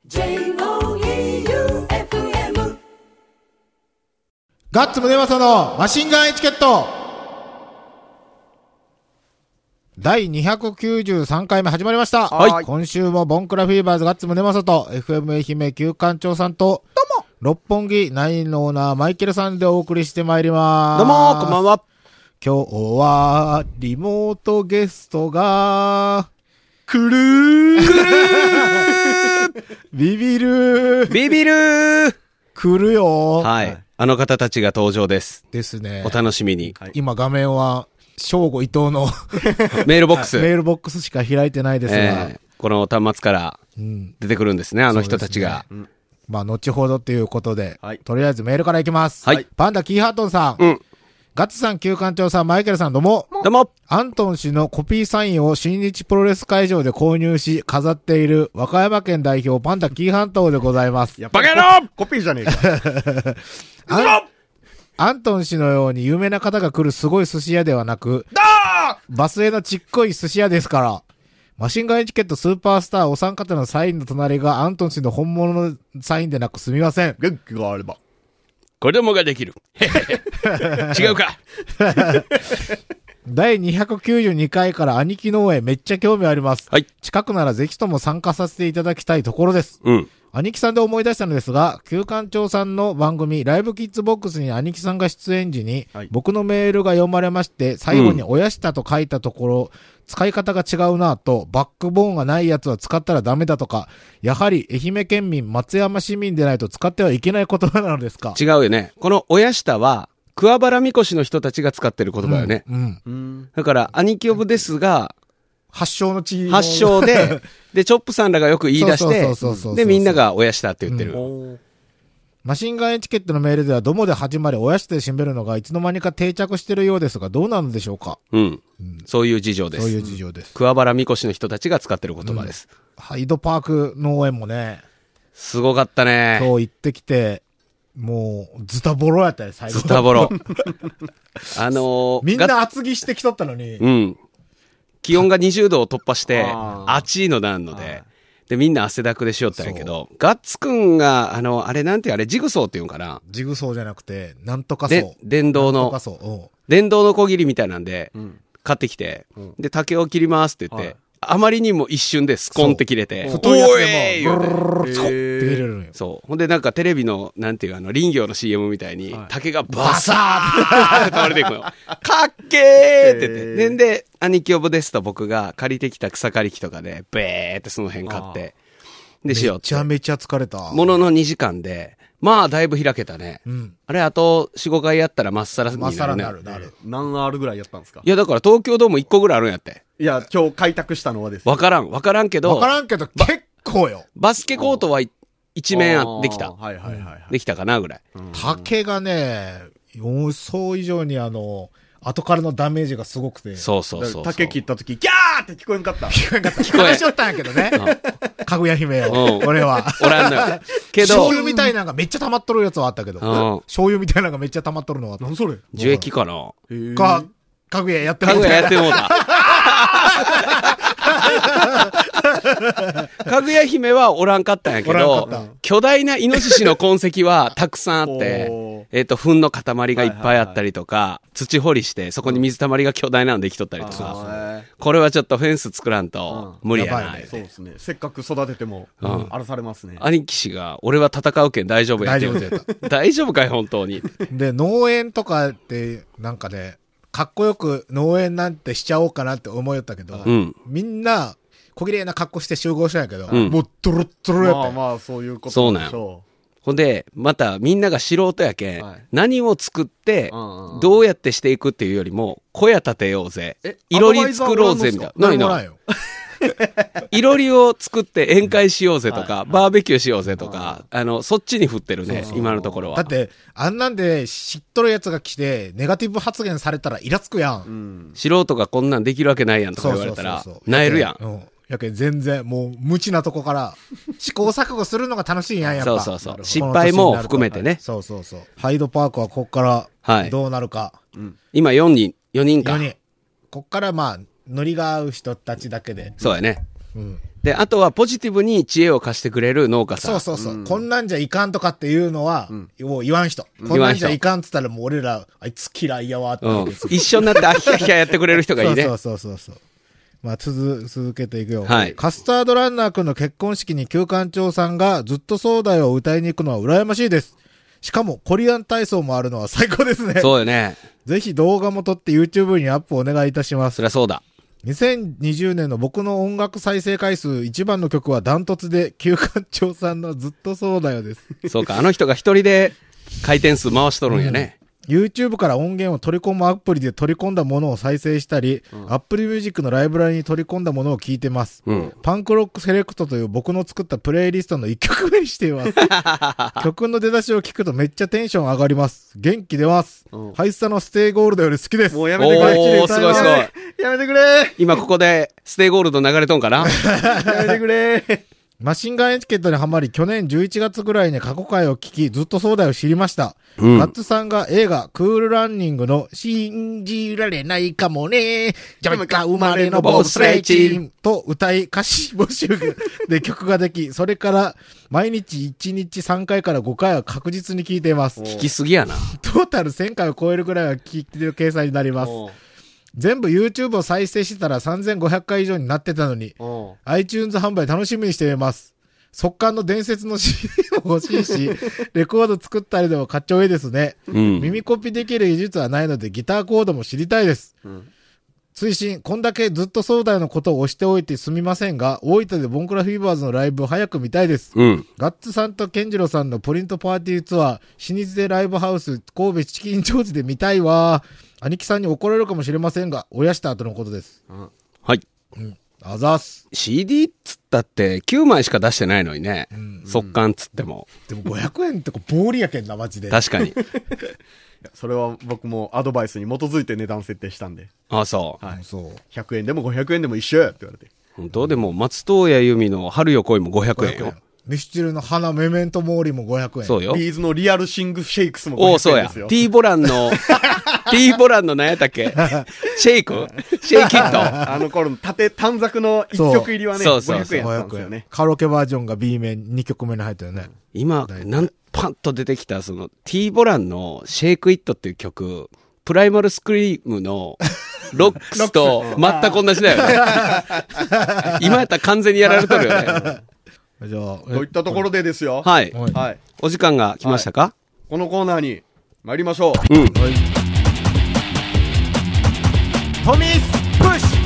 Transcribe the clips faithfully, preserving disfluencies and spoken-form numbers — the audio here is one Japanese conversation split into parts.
ジェイオーイーユーエフエムガッツムネマソのマシンガンエチケットだいにひゃくきゅうじゅうさんかいめ始まりました。 はい。 今週もボンクラフィーバーズガッツムネマソと エフエム 愛媛旧館長さんとどうも六本木ナインのオーナーマイケルさんでお送りしてまいります。 どうもこんばんは。 今日はリモートゲストがくるーくるビビるービビるー来るよ。 はい。あの方たちが登場です。 ですね。 お楽しみに。 はい、今画面は正午伊藤のメールボックス。 メールボックスしか開いてないですが、 えー、この端末から出てくるんですね、うん、あの人たちが。 ね、まあ後ほどということで、 はい、 とりあえずメールからいきます。 はい。 パンダキーハートンさん。 うん。 ガッツさん、旧館長さん、マイケルさん、どうも。 どうも。 アントン氏のコピーサインを新日プロレス会場で購入し、飾っている和歌山県代表パンダキーハントンでございます。 バカ野郎コピーじゃねえか。 アンアントン氏のように有名な方が来るすごい寿司屋ではなく、バスへのちっこい寿司屋ですから、マシンガンエチケットスーパースターお三方のサインの隣がアントン氏の本物のサインでなくすみません。 元気があれば。 子供ができる。違うか。 だいにひゃくきゅうじゅうにかいから兄貴農園めっちゃ興味あります。 はい。 近くならぜひとも参加させていただきたいところです。 うん。 兄貴さんで思い出したのですが、旧館長さんの番組、ライブキッズボックスに兄貴さんが出演時に、はい、僕のメールが読まれまして、最後に親下と書いたところ、うん、使い方が違うなぁと、バックボーンがないやつは使ったらダメだとか、やはり愛媛県民、松山市民でないと使ってはいけない言葉なのですか？ 違うよね。この親下は、桑原みこしの人たちが使ってる言葉よね。 うん。うん、だから、兄貴オブですが、 発祥の地発祥で、で、チョップさんらがよく言い出して、で、みんなが親下って言ってる。うん、 マシンガンエチケットのメールでは、どもで始まり、親下で締めるのがいつの間にか定着してるようですが、どうなのでしょうか？ うん。うん、そういう事情です。 そういう事情です。 桑原みこしの人たちが使ってる言葉です。うん、 ハイドパーク農園もね、 すごかったね。 今日行ってきて、もう、ズタボロやったよ、最後。 ズタボロ。あのー、 みんな厚着してきとったのに。 うん。気温がにじゅうどを突破して、暑いのなんので、で、みんな汗だくでしよったんやけど、ガッツくんが、あの、あれなんてあれ、ジグソーっていうんかな？ ジグソーじゃなくて、なんとかそう。 で、電動の、電動の小切りみたいなんで、うん、買ってきて、うん、で、竹を切りますって言って、はい、あまりにも一瞬でスコンって切れて、 太いやつでも、ブルルルルって切れるのよ。 そう。ほんでなんかテレビの、なんていうあの、林業の シーエム みたいに、竹がバサーって倒れていくの。かっけーって言って。で、で、兄貴オブですと僕が借りてきた草刈り機とかで、ベーってその辺買って、で、しようって。 めちゃめちゃ疲れた。 もののにじかんで、まあ、だいぶ開けたね。うん、あれ、あと、よん、ごかいやったらまっさらになるね。まっさらになる、 なる。何アールぐらいやったんですか？ いや、だから東京ドームいっこぐらいあるんやって。 いや、今日開拓したのはですね。 わからん、わからんけど。 わからんけど、結構よ。 バスケコートは一面できた。 はいはいはい。 できたかなぐらい。 竹がね、予想以上にあの、後からのダメージがすごくて。 そうそうそう。 竹切った時、ギャーって聞こえんかった。 聞こえんかった。聞こえ。話しよったんやけどね。かぐや姫を。俺は。 おらんのよ。けど。 醤油みたいなのがめっちゃ溜まっとるやつはあったけど。醤油みたいなのがめっちゃ溜まっとるのはあった。 何それ？ 樹液かな？ か、かぐややってもうた。かぐややってもうた。かぐや姫はおらんかったんやけど、巨大なイノシシの痕跡はたくさんあって、えっと、糞の塊がいっぱいあったりとか、土掘りして、そこに水たまりが巨大なのできとったりとか、これはちょっとフェンス作らんと無理やな。 そうですね。せっかく育てても、荒らされますね。 兄貴氏が、俺は戦うけん大丈夫やって言ってた。大丈夫かい、本当に。 で、農園とかって、なんかね、かっこよく農園なんてしちゃおうかなって思いよったけど、うん、みんな小綺麗な格好して集合したんやけど、うん、もうドロッドロやった。 まあまあそういうことでしょう。 そうなんよ。ほんで、またみんなが素人やけん、はい、何を作って、どうやってしていくっていうよりも、小屋建てようぜ。いろり作ろうぜみたいな。何なのいろりを作って宴会しようぜとか、はいはい、バーベキューしようぜとか、あの、そっちに振ってるね、そうそう今のところは。 だって、あんなんで知っとるやつが来て、ネガティブ発言されたらイラつくやん。うん、 素人がこんなんできるわけないやんとか言われたら、なえるやん。うん、 やけん全然、もう無知なとこから試行錯誤するのが楽しいやん、やっぱ。 そうそうそう。失敗も含めてね。 そうそうそう。ハイドパークはこっからどうなるか。はいうん、 今よにん、よにんか。 よにん。こっからまあ、ノリが合う人たちだけで。 そうやね。 うん。 で、あとはポジティブに知恵を貸してくれる農家さん。 そうそうそう。うん、こんなんじゃいかんとかっていうのは、うん、もう言わん人。こんなんじゃいかんって言ったらもう俺ら、あいつ嫌いやわって、うん。 一緒になってアヒャヒャやってくれる人がいいね。 そうそうそうそう。まあ、続、続けていくよ。はい。カスタードランナーくんの結婚式に旧館長さんがずっとそうだよを歌いに行くのは羨ましいです。しかも、コリアン体操もあるのは最高ですね。 そうよね。 ぜひ動画も撮って YouTube にアップお願いいたします。 そりゃそうだ。 にせんにじゅうねんの僕の音楽再生回数一番の曲はダントツで旧館長さんのずっとそうだよです。 そうか、あの人が一人で回転数回しとるんやね。 うんYouTube から音源を取り込むアプリで取り込んだものを再生したり、うん、Apple Music のライブラリに取り込んだものを聴いてます、うん。パンクロックセレクトという僕の作ったプレイリストのいっきょくめにしています。曲の出だしを聞くとめっちゃテンション上がります。元気出ます。うん、ハイスタのステイゴールドより好きです。 もうやめてくれ。 おー、すごいすごい。 やめてくれ。 今ここでステイゴールド流れとんかなやめてくれ。 マシンガンエチケットにハマり、去年じゅういちがつぐらいに過去回を聞き、ずっとそうだよ知りました。うん、ガッツさんが映画、クールランニングの、信じられないかもね、ジャマイカ生まれのボブスレーチームと歌い、歌詞募集で曲ができ、それから、毎日いちにちさんかいからごかいは確実に聞いています。 聞きすぎやな。 トータルせんかいを超えるぐらいは聞いてる計算になります。全部 YouTube を再生してたらさんぜんごひゃっかい以上になってたのに、iTunes 販売楽しみにしています。速乾の伝説の シーディー も欲しいし、レコード作ったりでもかっちょいいですね、うん。耳コピできる技術はないのでギターコードも知りたいです。うん、追伸、こんだけずっとそうだよのことを押しておいてすみませんが、大分でボンクラフィーバーズのライブを早く見たいです。うん、ガッツさんとケンジロさんのプリントパーティーツアー、清水でライブハウス、神戸チキンジョージで見たいわ。兄貴さんに怒られるかもしれませんが、親した後のことです。 うん、はい。 うんあざす。 シーディー っつったってきゅうまいしか出してないのにね。うん、速乾っつっても。 でもごひゃくえんってこ暴利やけんな、マジで。 確かに。 それは僕もアドバイスに基づいて値段設定したんで。 ああ、そう。 はい。そう。 ひゃくえんでもごひゃくえんでも一緒やって言われて。 本当でも松任谷由実の春よ来いもごひゃくえんよ。 ミスチルの花メメントモーリもごひゃくえん。 そうよ。 ビーズのリアルシングシェイクスもごひゃくえんですよ。 おそうや。T ボランの、T ボランの何やったっけシェイクシェイキット。 あの頃の縦短冊のいっきょく入りはね、そうそうそうごひゃくえんだったんですよね。 カラオケバージョンが B 面にきょくめに入ったよね。 今、なんパンと出てきたその T ボランのシェイクイットっていう曲、プライマルスクリームのロックスと全く同じだよね。今やったら完全にやられとるよね。 じゃあ、 といったところでですよ。 はい。はい。お時間が来ましたか、はい、 このコーナーに参りましょう。うん。はい、トミスプッシ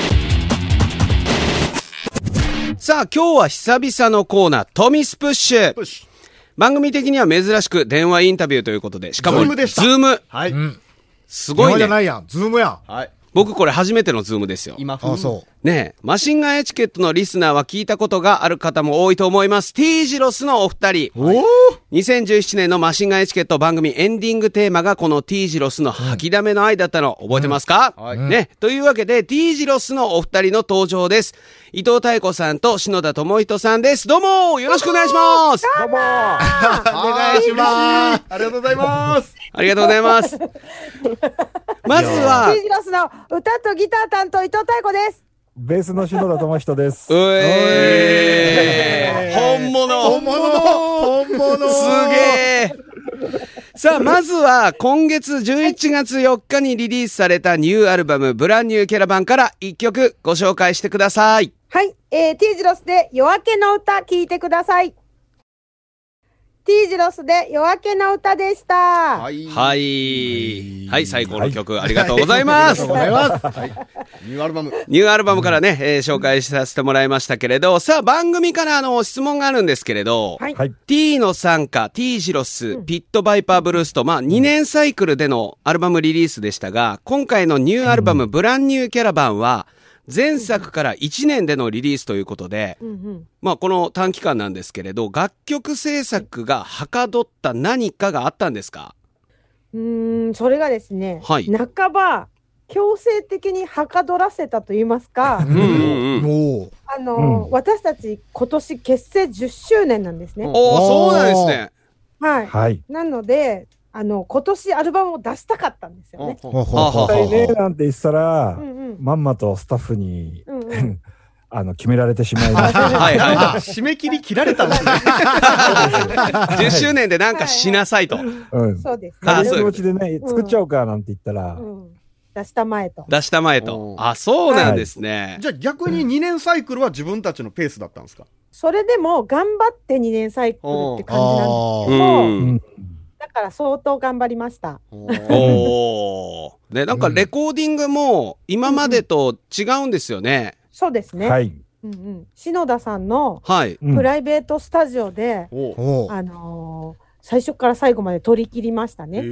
ュさあ、今日は久々のコーナー、トミスプッシュ。プッシュ番組的には珍しく電話インタビューということで、しかも、ズームでした。ズーム。はい。うん、すごいね。 電話じゃないやん。ズームやん。 はい。僕これ初めてのズームですよ。 今風。 あ、そう。 ねえ、マシンガンエチケットのリスナーは聞いたことがある方も多いと思います。T ジロスのお二人。おーにせんじゅうななねんのマシンガンエチケット番組エンディングテーマがこの T ジロスの吐きだめの愛だったの覚えてますか、うんはい、ね。というわけで T ジロスのお二人の登場です。伊藤妙子さんと篠田智人さんです。どうもよろしくお願いします。 どうもお願いします。ありがとうございます。 ありがとうございます。まずは T ジロスの歌とギター担当伊藤妙子です。 ベースの篠田智人です。 うえー本物本物本物すげえさあ、まずは今月じゅういちがつよっかにリリースされたニューアルバムブランニューキャラバンからいっきょくご紹介してください。 はい、えー、T ジロスで夜明けの歌聴いてください。T ジロスで夜明けの歌でした。 はい。はい。はい、最高の曲、はい、ありがとうございます。 ありがとうございます。 はい。ニューアルバム。 ニューアルバムからね、えー、紹介させてもらいましたけれど、さあ、番組からあの、質問があるんですけれど、はい。T の参加、T ジロス、ピットバイパーブルースと、まあ、にねんサイクルでのアルバムリリースでしたが、今回のニューアルバム、ブランニューキャラバンは、前作からいちねんでのリリースということで、うんうん、まあこの短期間なんですけれど、楽曲制作がはかどった何かがあったんですか？ うーん、それがですね、はい、半ば強制的にはかどらせたと言いますか、うんうんうん、あの、うん、私たち今年結成じゅっしゅうねんなんですね。 おお、そうなんですね。 はい。はい、なので、あの今年アルバムを出したかったんですよね。 絶対ねなんて言ったら、うんうん、まんまとスタッフに、うんうん、 あの、決められてしまいました。 はいはい。 締め切り切られたんですね。 じゅっしゅうねんでなんかしなさいと。 うん。 そうですね。 軽い気持ちでね、作っちゃおうかなんて言ったら、 出したまえと。 出したまえと。あ、そうなんですね。 じゃあ逆ににねんサイクルは自分たちのペースだったんですか？ それでも頑張ってにねんサイクルって感じなんですけど、だから相当頑張りました。 おー。ね、なんかレコーディングも今までと違うんですよね。 そうですね。 はい。 うんうん、篠田さんのはいプライベートスタジオで、うん、あのー、最初から最後まで取り切りましたね。はい。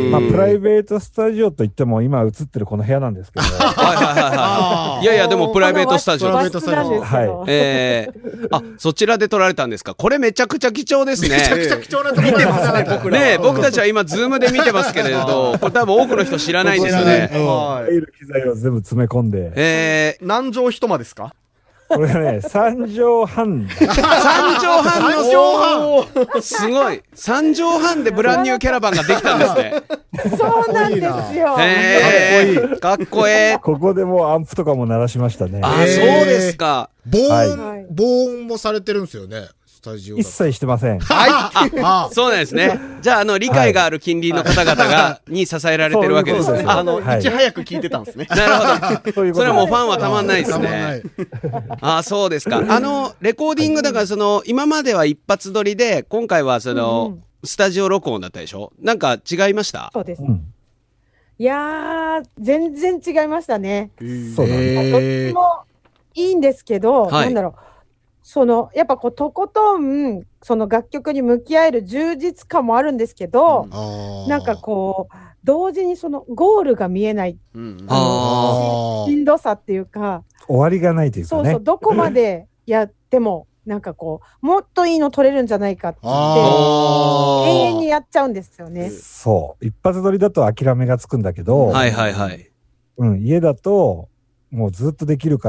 まあ、プライベートスタジオといっても今映ってるこの部屋なんですけど。 はいはいはいはい。いやいや、でもプライベートスタジオ。 プライベートスタジオ。 はい。 えー、あ、そちらで撮られたんですか？これめちゃくちゃ貴重ですね。 めちゃくちゃ貴重なところ見てますね、僕ら。 ね、僕たちは今ズームで見てますけれど、これ多分多くの人知らないんですよね。 はい。機材を全部詰め込んで。 えー、何畳一間ですか？ これね、三畳半。 三畳半の、三畳半すごい。三畳半でブランニューキャラバンができたんですね。 そうなんですよ。 へー。かっこいい。 ここでもうアンプとかも鳴らしましたね。 あ、そうですか。 防音、防音もされてるんですよね。 一切してません。 はい。そうなんですね。じゃあ、あの、理解がある近隣の方々が、に支えられてるわけですね。 あの、いち早く聞いてたんですね。 なるほど。それはもうファンはたまんないですね。あ、そうですか。あの、レコーディングだから、その、今までは一発撮りで、今回はその、スタジオ録音だったでしょ？なんか違いました？ そうです。いやー、全然違いましたね。 そうだね。 どっちもいいんですけど、なんだろう。その、やっぱこう、とことん、その楽曲に向き合える充実感もあるんですけど、うん、なんかこう、同時にそのゴールが見えない、うん、あしんどさっていうか、 終わりがないというかね。 そうそう、どこまでやっても、なんかこう、もっといいの取れるんじゃないかって言って、永遠にやっちゃうんですよね。 そう。一発撮りだと諦めがつくんだけど、 はいはいはい。 うん、家だと、もうずっとできるから、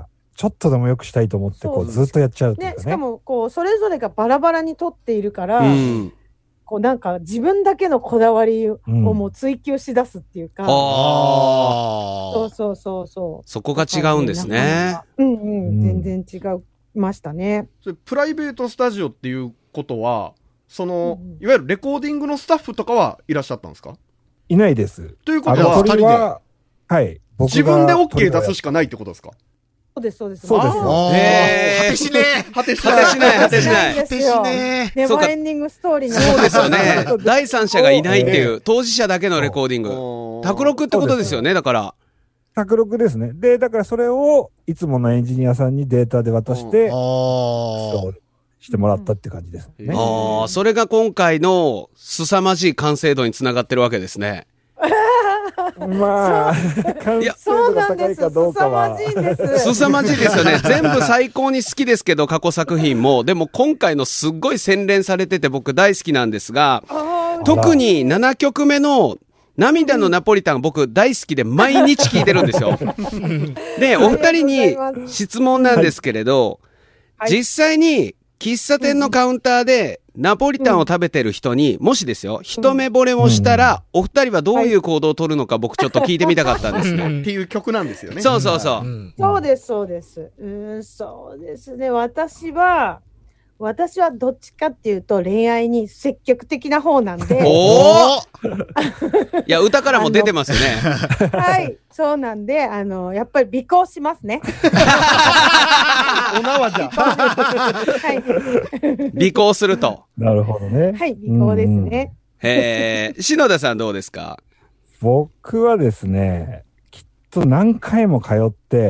ちょっとでも良くしたいと思って、こう、ずっとやっちゃうっていうかね。 ね、しかも、こう、それぞれがバラバラに撮っているから、うん、こう、なんか、自分だけのこだわりをもう追求し出すっていうか。うん、そうそうそうそう。 そこが違うんですね。 うんうん、全然違いましたね。 それプライベートスタジオっていうことは、その、うん、いわゆるレコーディングのスタッフとかはいらっしゃったんですか？ いないです。 ということは、 二人で、はい。 自分で OK 出すしかないってことですか？ そうです、そうです。 そうですよ。 へー。果てしねえ。 果てしない、果てしない。 果てしねえ。ネバーエンディングストーリーなそうですよね。第三者がいないっていう、当事者だけのレコーディング。卓録ってことですよね、だから。 卓録ですね。で、だからそれを、いつものエンジニアさんにデータで渡して、そうしてもらったって感じですね。 ああ、それが今回の凄まじい完成度につながってるわけですね。 まあ、完成度が高いかどうかは。 凄まじいですよね。全部最高に好きですけど、過去作品も。でも今回のすっごい洗練されてて僕大好きなんですが、特にななきょくめの涙のナポリタン僕大好きで毎日聴いてるんですよ。で、お二人に質問なんですけれど、はい、実際に喫茶店のカウンターでナポリタンを食べてる人に、もしですよ、一目惚れをしたら、お二人はどういう行動を取るのか僕ちょっと聞いてみたかったんですね。 っていう曲なんですよね。 そうそうそう。 そうです、そうです。うん、そうですね。私は、私はどっちかっていうと恋愛に積極的な方なんで。 おーいや、歌からも出てますよね。 はい、そうなんで、あの、やっぱり尾行しますね。 お縄じゃ。 はい。 尾行すると。 なるほどね。 はい、尾行ですね。 へえ、篠田さんどうですか？ 僕はですね、きっと何回も通って、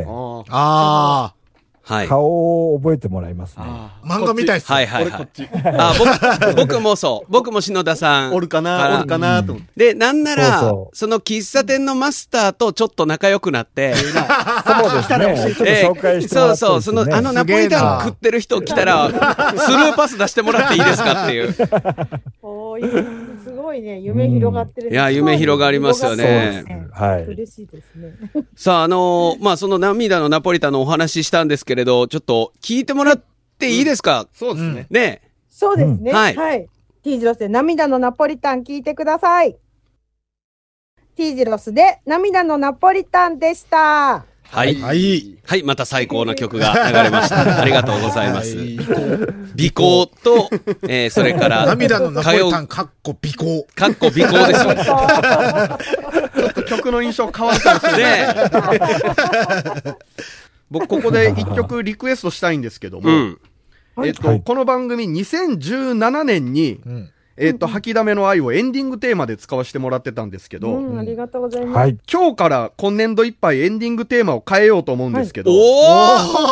ああ。 はい、 顔を覚えてもらいますね。 漫画みたいっすね。 はいはいはい。あ僕、僕もそう。僕も篠田さん。 おるかなおるかなと思って。 で、なんなら、そうそう、その喫茶店のマスターとちょっと仲良くなって。 そうですね。ちょっと紹介してもらって、ね。 そうそう。その、あのナポリタン食ってる人来たら、スルーパス出してもらっていいですかっていう。 おー、すごいね。夢広がってる、ね。 いや、夢広がりますよね。 はい。嬉しいですね。 さあ、あのー、まあ、その涙のナポリタンのお話したんですけれど、ちょっと聞いてもらっていいですか？ うん、そうですね。 ね。 そうですね。 うん、はい。 はい。T ジロスで涙のナポリタン聞いてください。T ジロスで涙のナポリタンでした。 はい。はい。はい。また最高の曲が流れました。ありがとうございます。尾行と、えー、それから、 涙のナポリタン、かっこ尾行。 かっこ尾行ですよ。 ちょっと曲の印象変わるかもしれない。僕、ここで一曲リクエストしたいんですけども、うん、えっと、はい、この番組にせんじゅうななねんに、うんえっと、吐きだめの愛をエンディングテーマで使わせてもらってたんですけど、 うん、ありがとうございます。 今日から今年度いっぱいエンディングテーマを変えようと思うんですけど、はい、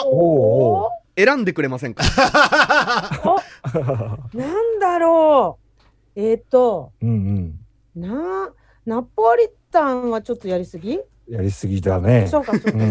おー選んでくれませんか？ なんだろう。えっ、ー、と、うんうん、な、ナポリタンはちょっとやりすぎ？ やりすぎだね。 そうか、そうか。うん、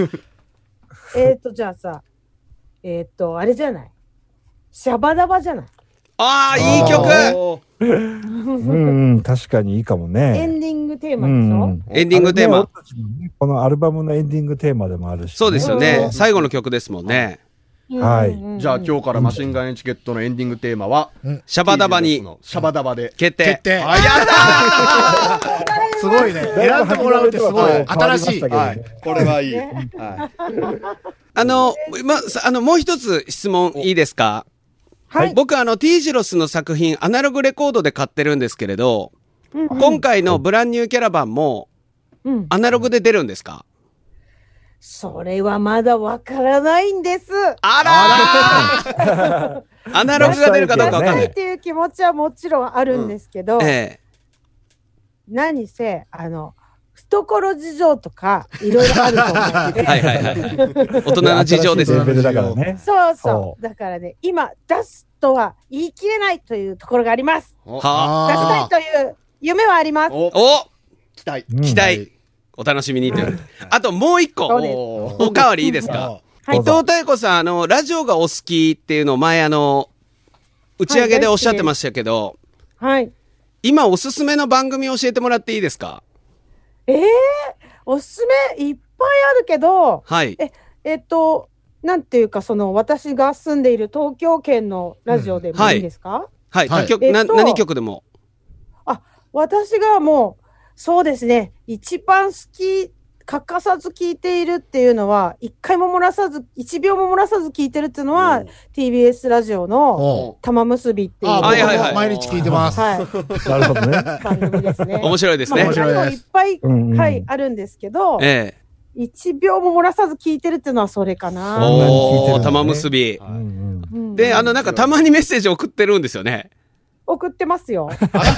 えっと、じゃあさ、えっ、ー、と、あれじゃない。シャバダバじゃない。 ああ、いい曲うんうん、確かにいいかもね。 エンディングテーマでしょ、うんうん、 エンディングテーマ、 ね。このアルバムのエンディングテーマでもあるし、ね。 そうですよね。最後の曲ですもんね。 はい。 じゃあ今日からマシンガンエチケットのエンディングテーマは、 うん、シャバダバに。 シャバダバで。 決定。 決定。 あ、やったーすごいね。選んでもらうってすごい。新しい。 はい。これはいい。はい、 あの、ま、あの、もう一つ質問いいですか？はい、僕あの T ジロスの作品アナログレコードで買ってるんですけれど、うんうん、今回のブランニューキャラバンもアナログで出るんですか？ うん、それはまだわからないんです。 あらーアナログが出るかどうかわかんない。 っていう気持ちはもちろんあるんですけど、うんええ、何せあの懐事情とかいろいろあると思うんではいはいはい大人の事情ですよね。 そうそうだからね今出すとは言い切れないというところがあります。はあ、出したいという夢はあります。 お期待期待、うん、お楽しみにという、はい、あともう一個 お, おかわりいいですか？はい、伊藤妙子さんあのラジオがお好きっていうのを前あの打ち上げでおっしゃってましたけど、 はい、 今おすすめの番組教えてもらっていいですか？ えー、おすすめいっぱいあるけど、 はい、 え、えっと、なんていうか、その、私が住んでいる東京圏のラジオでもいいですか？うん、 はい、はい、曲、えっと、な何曲でも。 あ、私がもう、そうですね、一番好き、欠かさず聞いているっていうのは、一回も漏らさず、一秒も漏らさず聞いてるっていうのは、ティービーエス ラジオの玉結びっていう。あ、 はいはいはい。毎日聞いてます。 はい。 なるほどね。 番組ですね。 面白いですね。 面白いです。いっぱい、はい、あるんですけど、ええ、一秒も漏らさず聞いてるっていうのはそれかな。 おー、玉結び。で、あの、なんかたまにメッセージ送ってるんですよね。 送ってますよ。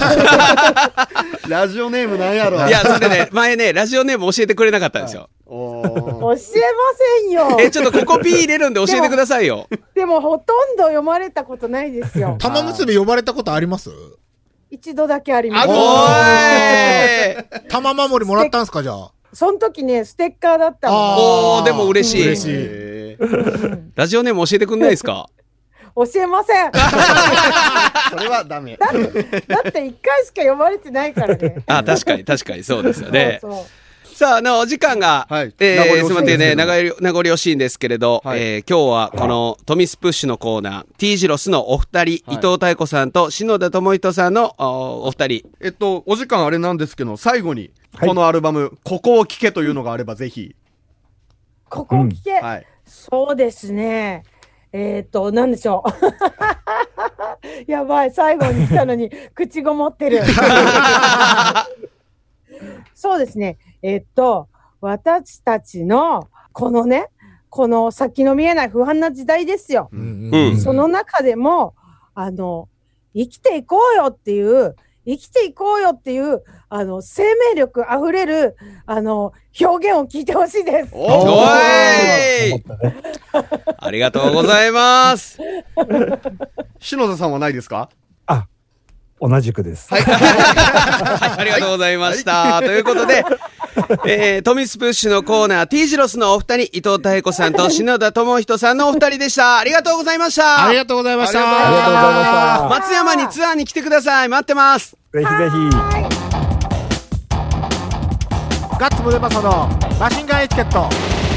ラジオネームなんやろ。 いや、それね、前ね、ラジオネーム教えてくれなかったんですよ。 教えませんよ。 え、ちょっとここピー入れるんで教えてくださいよ。 でも、でもほとんど読まれたことないですよ。 玉結び呼ばれたことあります？ 一度だけあります。 あ、おーい玉守りもらったんすか、じゃあ。 その時ね、ステッカーだったの。 おー、でも嬉しい。 嬉しい。 ラジオネーム教えてくんないですか？ 教えません。 それはダメ。 だって、だって一回しか読まれてないからね。 あ、確かに確かにそうですよね。そうそうさあ、あの、お時間が、はい、えー、すみませんね、名残惜しいんですけれど、はい、えー、今日はこのトミスプッシュのコーナー、T ジロスのお二人、はい、伊藤妙子さんと篠田智人さんの お, お二人。 えっと、お時間あれなんですけど、最後に、このアルバム、はい、ここを聴けというのがあればぜひ。 ここを聴け、うんはい、そうですね。えっと、なんでしょう。やばい、最後に来たのに、口ごもってる。そうですね。えっと、私たちの、このね、この先の見えない不安な時代ですよ。うんうん、その中でも、あの、生きていこうよっていう、生きていこうよっていう、あの、生命力あふれる、あの、表現を聞いてほしいです。 おーいありがとうございます。 篠田さんはないですか？ あ、同じくです。 はい。はい、ありがとうございました。はい、ということで、えー、トミスプッシュのコーナー、T ジロスのお二人、伊藤妙子さんと篠田智人さんのお二人でした。ありがとうございました。 ありがとうございました。 ありがとうございました。 松山にツアーに来てください。待ってます。 ぜひぜひ。 ガッツムデパソのマシンガンエチケット。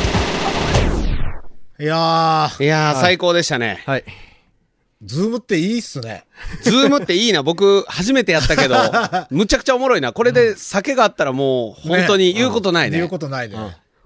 いやー。 いやー、はい、最高でしたね。 はい。ズームっていいっすね。 ズームっていいな。僕、初めてやったけど、むちゃくちゃおもろいな。これで酒があったらもう、本当に言うことないね。 言うことないね。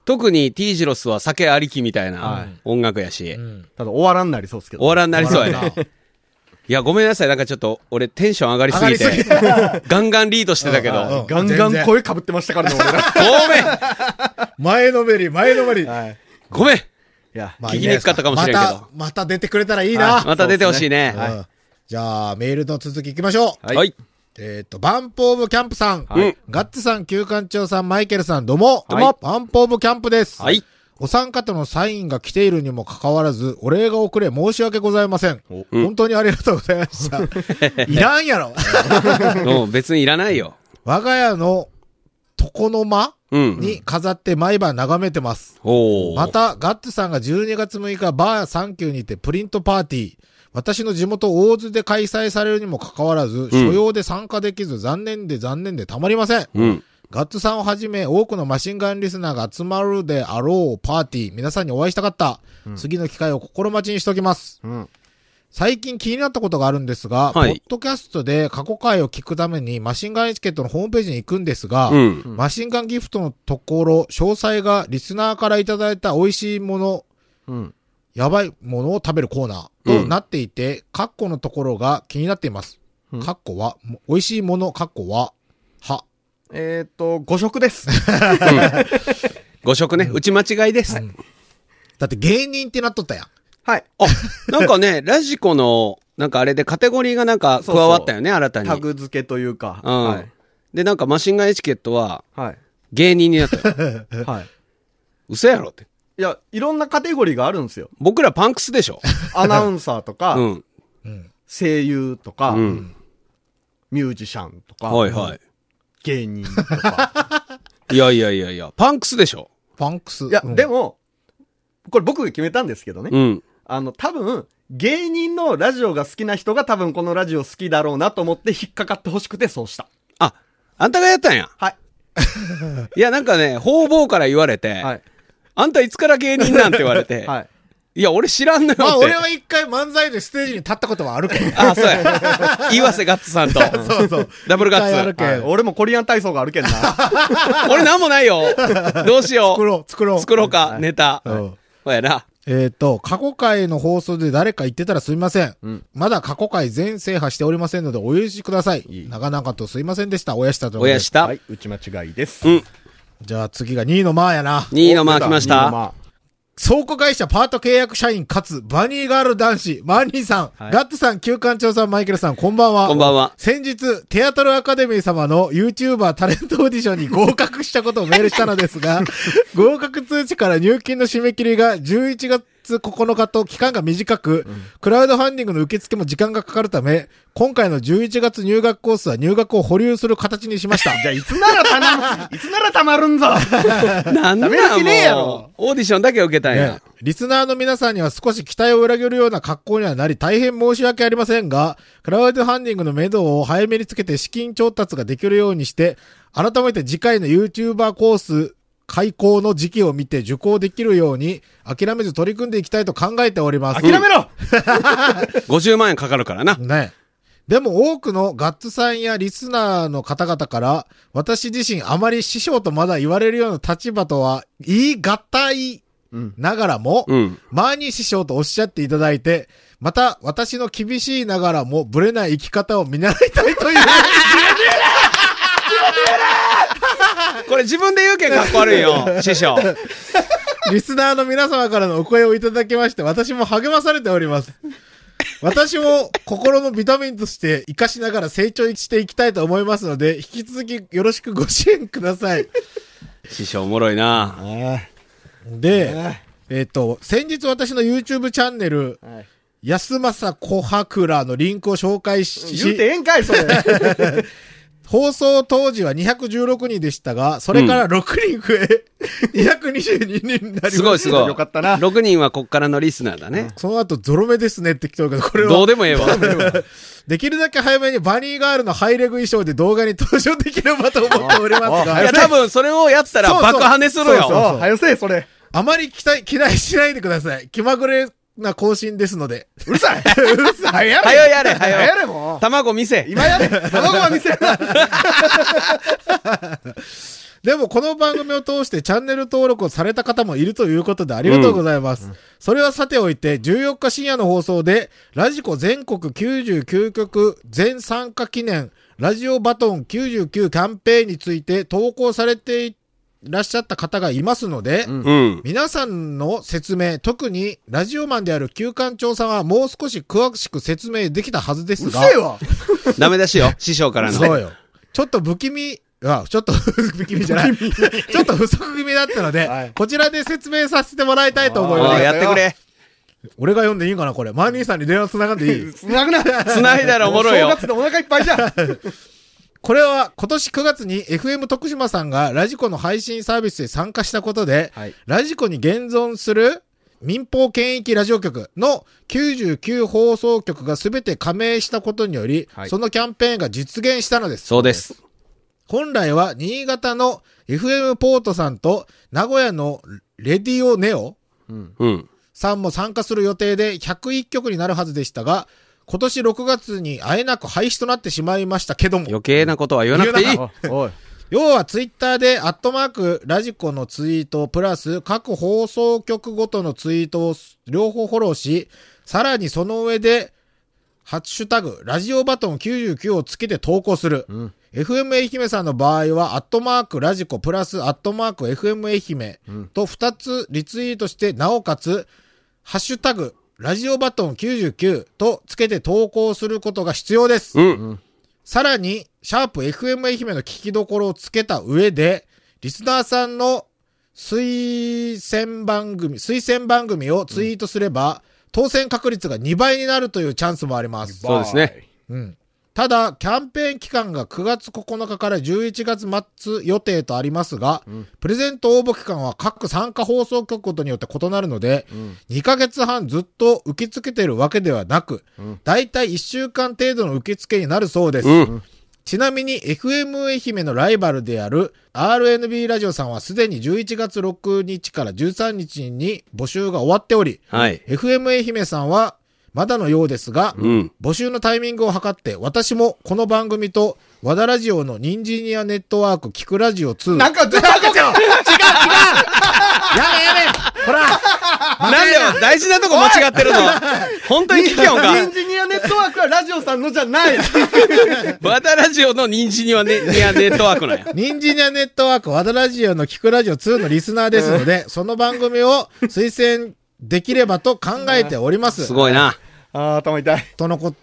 特に T ジロスは酒ありきみたいな音楽やし。はい、 うん、ただ終わらんなりそうですけど、 終わらんなりそうやね。いや、ごめんなさい。なんかちょっと、俺テンション上がりすぎて、ガンガンリードしてたけど。 ガンガン声被ってましたからね、俺ら。 ごめん前のめり、前のめり。 はい、ごめんいや、聞きにくかったかもしれんけど。また、また出てくれたらいいな。 はい、また出てほしいね。はい、 じゃあ、メールの続き行きましょう。はい。 えっと、バンプオブキャンプさん。はい、ガッツさん、旧館長さん、マイケルさん、どうも。 どうも。 バンプオブキャンプです。 はい。 お三方のサインが来ているにもかかわらず、お礼が遅れ申し訳ございません。本当にありがとうございました。いらんやろ。 もう別にいらないよ。 我が家の床の間に飾って毎晩眺めてます。うん、また、ガッツさんがじゅうにがつむいかバーサンキューにてプリントパーティー。私の地元大津で開催されるにもかかわらず、所用で参加できず残念で残念でたまりません。うんガッツさんをはじめ多くのマシンガンリスナーが集まるであろうパーティー、皆さんにお会いしたかった。うん、次の機会を心待ちにしておきます。うん、最近気になったことがあるんですが、はい、ポッドキャストで過去回を聞くためにマシンガンエチケットのホームページに行くんですが、うん、マシンガンギフトのところ、詳細がリスナーからいただいた美味しいもの、うん、やばいものを食べるコーナーとなっていて、カッコのところが気になっています。うん、カッコは、美味しいもの、カッコは、は、 えっと、誤食です。 誤食ね。打ち間違いです。はい、 だって芸人ってなっとったやん。 はい。 あ、なんかね、ラジコの、なんかあれでカテゴリーがなんか加わったよね、そうそう新たに。 タグ付けというか。 うん。はい、で、なんかマシンガンエチケットは、はい。芸人になったよ。はい。嘘やろって。 いや、いろんなカテゴリーがあるんですよ。 僕らパンクスでしょ。 アナウンサーとか、 うん。 声優とか、うん、ミュージシャンとか。 はいはい。 芸人とか。 いやいやいやいや、パンクスでしょ。 パンクス。 いや、うん、でも、これ僕が決めたんですけどね。うん。あの、多分、芸人のラジオが好きな人が多分このラジオ好きだろうなと思って引っかかってほしくてそうした。 あ、あんたがやったんや。 はい。 いや、なんかね、方々から言われて、はい。あんたいつから芸人なんて言われて、はい。いや、俺知らんのよって。まあ、俺は一回漫才でステージに立ったことはあるけど。 あ、そうや。岩瀬ガッツさんと。 そうそう。 ダブルガッツ。 あるけ、はい、 俺もコリアン体操があるけんな。 俺なんもないよ。どうしよう。 作ろう、作ろう。 作ろうか、はい、ネタ。うん。そうやな。 えっと、過去回の放送で誰か言ってたらすみません。うん、まだ過去回全制覇しておりませんのでお許しください。いい長々とすいませんでした。おやしたと。 おやした。 はい、打ち間違いです。 うん。 じゃあ次がにいのマーやな。 にいのマー来ました。 倉庫会社パート契約社員かつバニーガール男子、マーニーさん、はい、ガッツさん、旧館長さん、マイケルさん、こんばんは。 こんばんは。 先日、テアトルアカデミー様の YouTuber タレントオーディションに合格したことをメールしたのですが、合格通知から入金の締め切りがじゅういちがつここのかと期間が短く、うん、クラウドファンディングの受付も時間がかかるため、今回のじゅういちがつ入学コースは入学を保留する形にしました。 じゃあ、いつならたま、いつならたまるんぞ。 なんだよ、ねえやろ。オーディションだけ受けたんや、ね。 リスナーの皆さんには少し期待を裏切るような格好にはなり、大変申し訳ありませんが、クラウドファンディングの目処を早めにつけて資金調達ができるようにして、改めて次回の YouTuber コース、開講の時期を見て受講できるように諦めず取り組んでいきたいと考えております。 諦めろごじゅうまんえんかかるからな。 ね。でも多くのガッツさんやリスナーの方々から私自身あまり師匠とまだ言われるような立場とは言い難いながらも、うん、マーニー師匠とおっしゃっていただいて、また私の厳しいながらもブレない生き方を見習いたいという。 これ自分で言うけんかっこ悪いよ、師匠。 リスナーの皆様からのお声をいただきまして、私も励まされております。私も心のビタミンとして活かしながら成長していきたいと思いますので、引き続きよろしくご支援ください。 師匠おもろいな。 で、えっと、先日私の YouTube チャンネル、はい、安政小博のリンクを紹介し、 言うてええんかい、それ。 放送当時はにひゃくじゅうろくにんでしたが、それからろくにん増え、うん、にひゃくにじゅうににんになりました。 すごいすごい。 よかったな。 ろくにんはこっからのリスナーだね。 その後、ゾロ目ですねって来てるけど、これは。 どうでもええわ。 できるだけ早めにバニーガールのハイレグ衣装で動画に登場できればと思っておりますが。 いや、多分それをやったら爆跳ねするよ。そうそうそう。はよせえ、それ。 あまり期待、期待しないでください。気まぐれな更新ですので。 うるさい。うるさい。 はよやれ。はよやれ。はよやれもう。 卵見せ。 今やれ。卵は見せ。 でもこの番組を通してチャンネル登録をされた方もいるということでありがとうございます。うん、それはさておいて、じゅうよっか深夜の放送で、ラジコ全国きゅうじゅうきゅうきょく全参加記念、ラジオバトンきゅうじゅうきゅうキャンペーンについて投稿されていらっしゃった方がいますので、うん、皆さんの説明、特にラジオマンである旧館長さんはもう少し詳しく説明できたはずですが。 うせえわダメ出しよ、師匠からの。 そうよ。ちょっと不気味、あ、ちょっと不気味じゃない。ちょっと不足気味だったので、はい、こちらで説明させてもらいたいと思います。 やってくれ。 俺が読んでいいかなこれ。マーニーさんに電話繋がんでいい？ 繋ぐな繋いだらおもろいよ。 正月でお腹いっぱいじゃん。 これは今年くがつに エフエム 徳島さんがラジコの配信サービスで参加したことで、はい、ラジコに現存する民放県域ラジオ局のきゅうじゅうきゅう放送局が全て加盟したことにより、はい、そのキャンペーンが実現したのです。 そうです。 本来は新潟の エフエム ポートさんと名古屋のレディオネオ、うん、さんも参加する予定でひゃくいっきょくになるはずでしたが、今年ろくがつにあえなく廃止となってしまいましたけども。 余計なことは言わなくていい。 おい要はツイッターでアットマークラジコのツイートプラス各放送局ごとのツイートを両方フォローし、さらにその上でハッシュタグラジオバトンきゅうじゅうきゅうをつけて投稿する。うん、エフエム 愛媛さんの場合はアットマークラジコプラスアットマーク エフエム 愛媛とふたつリツイートして、なおかつハッシュタグラジオバトンきゅうじゅうきゅうとつけて投稿することが必要です。うん、さらに、シャープ エフエム 愛媛の聞きどころをつけた上で、リスナーさんの推薦番組、推薦番組をツイートすれば、うん、当選確率がにばいになるというチャンスもあります。 そうですね。 うん。ただ、キャンペーン期間がくがつここのかからじゅういちがつ末予定とありますが、うん、プレゼント応募期間は各参加放送局ごとによって異なるので、うん、にかげつはんずっと受け付けているわけではなく、うん、だいたいいっしゅうかん程度の受付になるそうです。うん、ちなみに エフエム 愛媛のライバルである アールエヌビー ラジオさんはすでにじゅういちがつろくにちからじゅうさんにちに募集が終わっており、はい、エフエム 愛媛さんはまだのようですが、うん、募集のタイミングを測って、私もこの番組と、和田ラジオのニンジニアネットワーク聞くラジオツー。 なんか出たぞ違う違うやめやめほらなんで大事なとこ間違ってるの本当に聞きよんかニンジニアネットワークはラジオさんのじゃない和田ラジオのニンジニアネットワークなんや。 ニンジニアネットワーク、和田ラジオの聞くラジオツーのリスナーですので、その番組を推薦できればと考えております。 すごいな。 あー、頭痛い。 とのこと、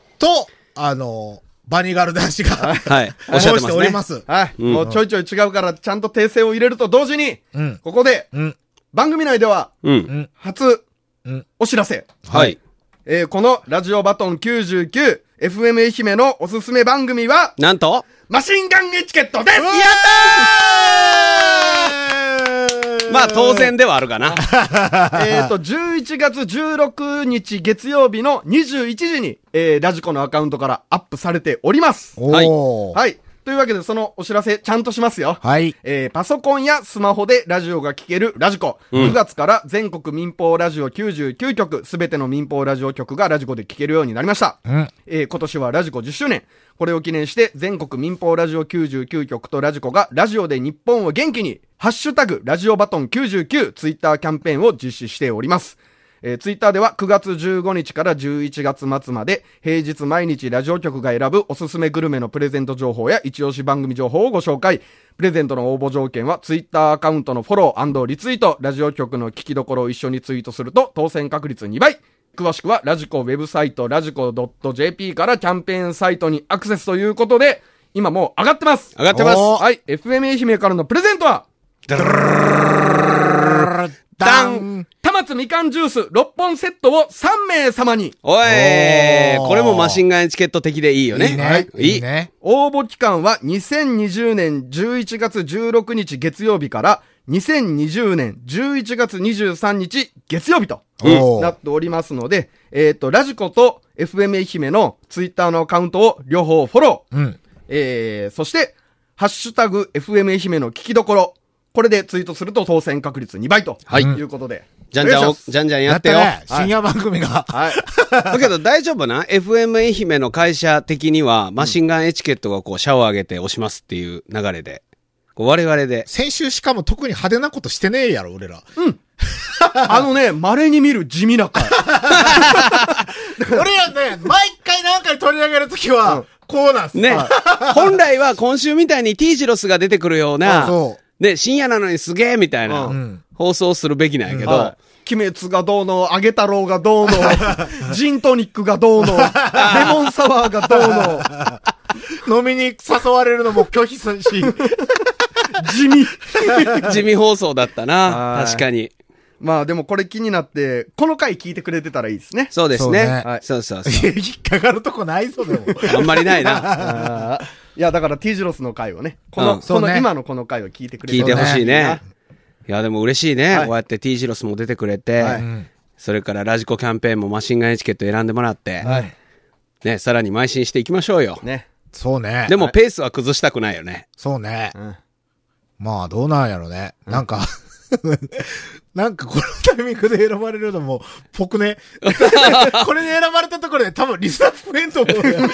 あの、バニガル男子が、 はい、おっしゃってますね。 しております。 はい、うん。もうちょいちょい違うから、ちゃんと訂正を入れると同時に、うん、ここで、うん、番組内では、うん、初、うん、お知らせ。 はい。 えー、このラジオバトンきゅうじゅうきゅう、エフエム 愛媛のおすすめ番組は、 なんと、 マシンガンエチケットです。やったーまあ当然ではあるかな。 えっと、じゅういちがつじゅうろくにち月曜日のにじゅういちじに、えー、ラジコのアカウントからアップされております。 はい。 はい。というわけで、そのお知らせちゃんとしますよ。 はい。 えー、パソコンやスマホでラジオが聴けるラジコ。うん、くがつから全国民放ラジオきゅうじゅうきゅうきょく、すべての民放ラジオ局がラジコで聴けるようになりました。うん、えー、今年はラジコじゅっしゅうねん。これを記念して全国民放ラジオきゅうじゅうきゅうきょくとラジコがラジオで日本を元気に、ハッシュタグラジオバトンきゅうじゅうきゅうツイッターキャンペーンを実施しております。えー、ツイッターではくがつじゅうごにちからじゅういちがつ末まで平日毎日ラジオ局が選ぶおすすめグルメのプレゼント情報や一押し番組情報をご紹介。プレゼントの応募条件はツイッターアカウントのフォロー&リツイート、ラジオ局の聞きどころを一緒にツイートすると当選確率にばい。詳しくはラジコウェブサイトラジコ .jp からキャンペーンサイトにアクセスということで、今もう上がってます。 上がってます。 はい。エフエム 愛媛からのプレゼントはダン田松みかんジュースろっぽんセットをさんめい様に。 おいこれもマシンガンエチケット的でいいよね。 いいね。 はい、 いいね。 応募期間はにせんにじゅうねんじゅういちがつじゅうろくにち月曜日からにせんにじゅうねんじゅういちがつにじゅうさんにち月曜日となっておりますので、えっと、ラジコと エフエム 愛媛のツイッターのアカウントを両方フォロー。うん、えー、そして、ハッシュタグ エフエム 愛媛の聞きどころ。これでツイートすると当選確率にばいということで。 じゃんじゃん、じゃんじゃんやってよ。 やったね、深夜番組が。 はい。だけど大丈夫な ?エフエム 愛媛の会社的には、マシンガンエチケットがこう、社を上げて押しますっていう流れで。 我々で。 先週しかも特に派手なことしてねえやろ、俺ら。 うん。あのね、稀に見る地味な回。 俺らね、毎回何回取り上げるときは、うん、こうなんすね。本来は今週みたいに T ジロスが出てくるような、そうね、深夜なのにすげえみたいな、うん、放送するべきなんやけど、うんはい、 鬼滅がどうの、揚げ太郎がどうの、ジントニックがどうの、レモンサワーがどうの、飲みに誘われるのも拒否するし、 地味。 地味放送だったな、確かに。 まあでもこれ気になって、この回聞いてくれてたらいいですね。 そうですね。そうねはい、そうそうそう。 引っかかるとこないぞ、でも。 あんまりないな。 いや、だから T ジロスの回をね、この、うん、この、ね、今のこの回を聞いてくれて聞いてほしいね。いや、でも嬉しいね。はい、こうやって T ジロスも出てくれて、はい、それからラジコキャンペーンもマシンガンエチケット選んでもらって、はい、ね、さらに邁進していきましょうよ。ね。 そうね。 でもペースは崩したくないよね。 そうね。うん、まあ、どうなんやろね。うん、なんか、なんかこのタイミングで選ばれるのも、ぽくね。これで選ばれたところで多分リスナー増えんと思うよ。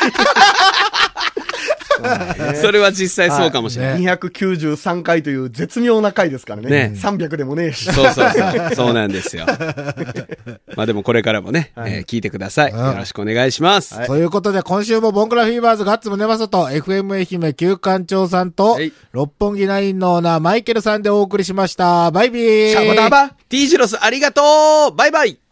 それは実際そうかもしれない。 にひゃくきゅうじゅうさんかいという絶妙な回ですからね。ねさんびゃくでもねえし。 そうそうそう。そうなんですよ。まあでもこれからもね、はいえー、聞いてください、うん。よろしくお願いします。 はい、ということで今週もボンクラフィーバーズガッツムネマソと エフエム 愛媛旧館長さんと、はい、六本木ナインのオーナーマイケルさんでお送りしました。バイビー。 シャバダバ。T ジロスありがとうバイバイ